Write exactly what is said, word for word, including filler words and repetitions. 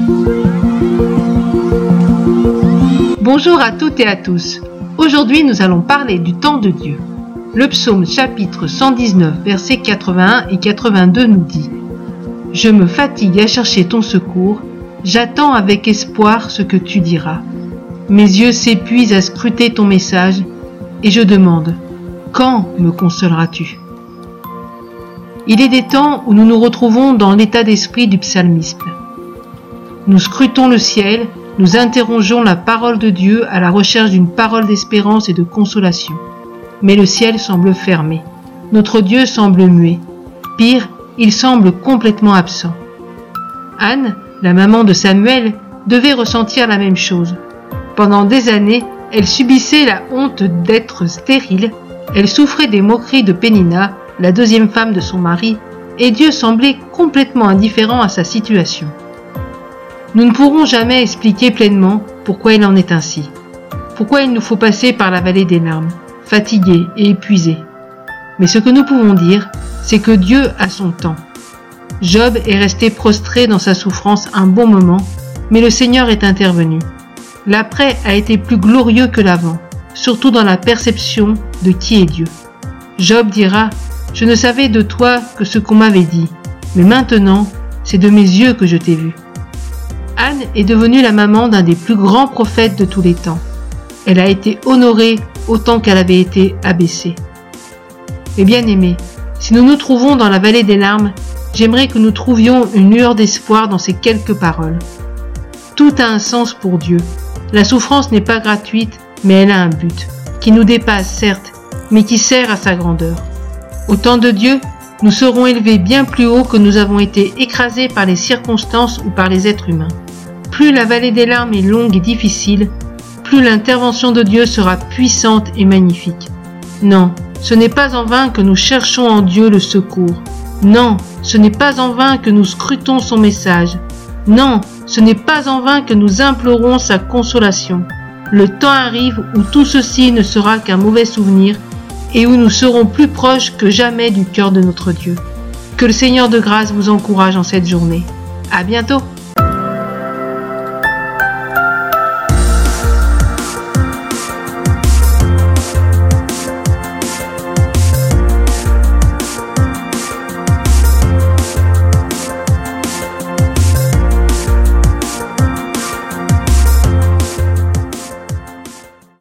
Bonjour à toutes et à tous. Aujourd'hui, nous allons parler du temps de Dieu. Le psaume chapitre cent dix-neuf, versets quatre-vingt-un et quatre-vingt-deux nous dit « Je me fatigue à chercher ton secours, j'attends avec espoir ce que tu diras. Mes yeux s'épuisent à scruter ton message, et je demande « Quand me consoleras-tu » Il est des temps où nous nous retrouvons dans l'état d'esprit du psalmiste. Nous scrutons le ciel, nous interrogeons la parole de Dieu à la recherche d'une parole d'espérance et de consolation. Mais le ciel semble fermé. Notre Dieu semble muet. Pire, il semble complètement absent. Anne, la maman de Samuel, devait ressentir la même chose. Pendant des années, elle subissait la honte d'être stérile, elle souffrait des moqueries de Pénina, la deuxième femme de son mari, et Dieu semblait complètement indifférent à sa situation. Nous ne pourrons jamais expliquer pleinement pourquoi il en est ainsi, pourquoi il nous faut passer par la vallée des larmes, fatigués et épuisés. Mais ce que nous pouvons dire, c'est que Dieu a son temps. Job est resté prostré dans sa souffrance un bon moment, mais le Seigneur est intervenu. L'après a été plus glorieux que l'avant, surtout dans la perception de qui est Dieu. Job dira « Je ne savais de toi que ce qu'on m'avait dit, mais maintenant, c'est de mes yeux que je t'ai vu. » Anne est devenue la maman d'un des plus grands prophètes de tous les temps. Elle a été honorée autant qu'elle avait été abaissée. Mes bien-aimés, si nous nous trouvons dans la vallée des larmes, j'aimerais que nous trouvions une lueur d'espoir dans ces quelques paroles. Tout a un sens pour Dieu. La souffrance n'est pas gratuite, mais elle a un but, qui nous dépasse certes, mais qui sert à sa grandeur. Au temps de Dieu, nous serons élevés bien plus haut que nous avons été écrasés par les circonstances ou par les êtres humains. Plus la vallée des larmes est longue et difficile, plus l'intervention de Dieu sera puissante et magnifique. Non, ce n'est pas en vain que nous cherchons en Dieu le secours. Non, ce n'est pas en vain que nous scrutons son message. Non, ce n'est pas en vain que nous implorons sa consolation. Le temps arrive où tout ceci ne sera qu'un mauvais souvenir et où nous serons plus proches que jamais du cœur de notre Dieu. Que le Seigneur de grâce vous encourage en cette journée. À bientôt!